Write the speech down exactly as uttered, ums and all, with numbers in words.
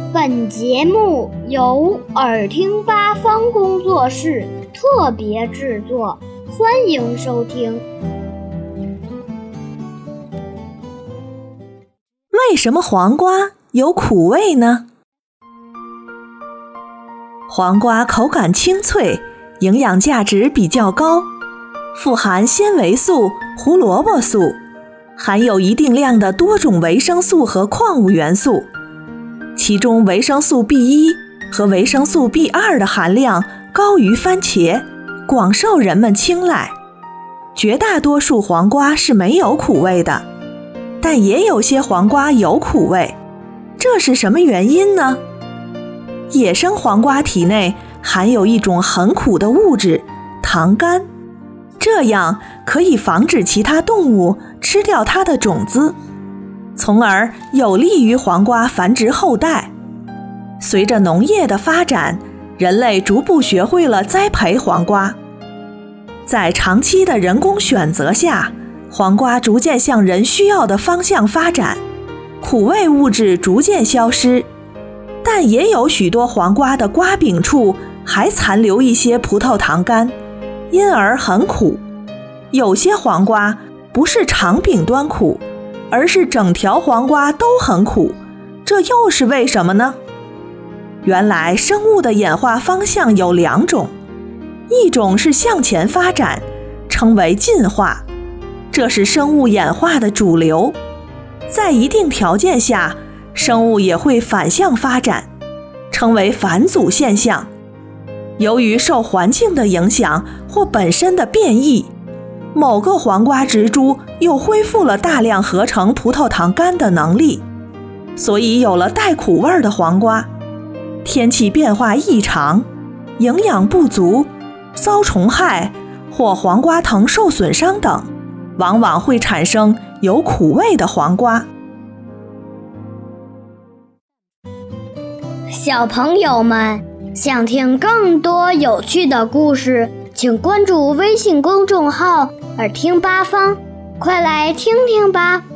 本节目由耳听八方工作室特别制作，欢迎收听。 为什么黄瓜有苦味呢？黄瓜口感清脆，营养价值比较高，富含纤维素、胡萝卜素，含有一定量的多种维生素和矿物元素，其中维生素 B 一 和维生素 B 二 的含量高于番茄，广受人们青睐。绝大多数黄瓜是没有苦味的，但也有些黄瓜有苦味，这是什么原因呢？野生黄瓜体内含有一种很苦的物质糖苷，这样可以防止其他动物吃掉它的种子，从而有利于黄瓜繁殖后代。随着农业的发展，人类逐步学会了栽培黄瓜，在长期的人工选择下，黄瓜逐渐向人需要的方向发展，苦味物质逐渐消失，但也有许多黄瓜的瓜柄处还残留一些葡萄糖苷，因而很苦。有些黄瓜不是长柄端苦，而是整条黄瓜都很苦，这又是为什么呢？原来生物的演化方向有两种，一种是向前发展，称为进化，这是生物演化的主流。在一定条件下，生物也会反向发展，称为返祖现象。由于受环境的影响或本身的变异，某个黄瓜植株又恢复了大量合成葡萄糖苷的能力，所以有了带苦味的黄瓜。天气变化异常，营养不足，遭虫害或黄瓜藤受损伤等，往往会产生有苦味的黄瓜。 小朋友们，想听更多有趣的故事，请关注微信公众号“耳听八方”，快来听听吧。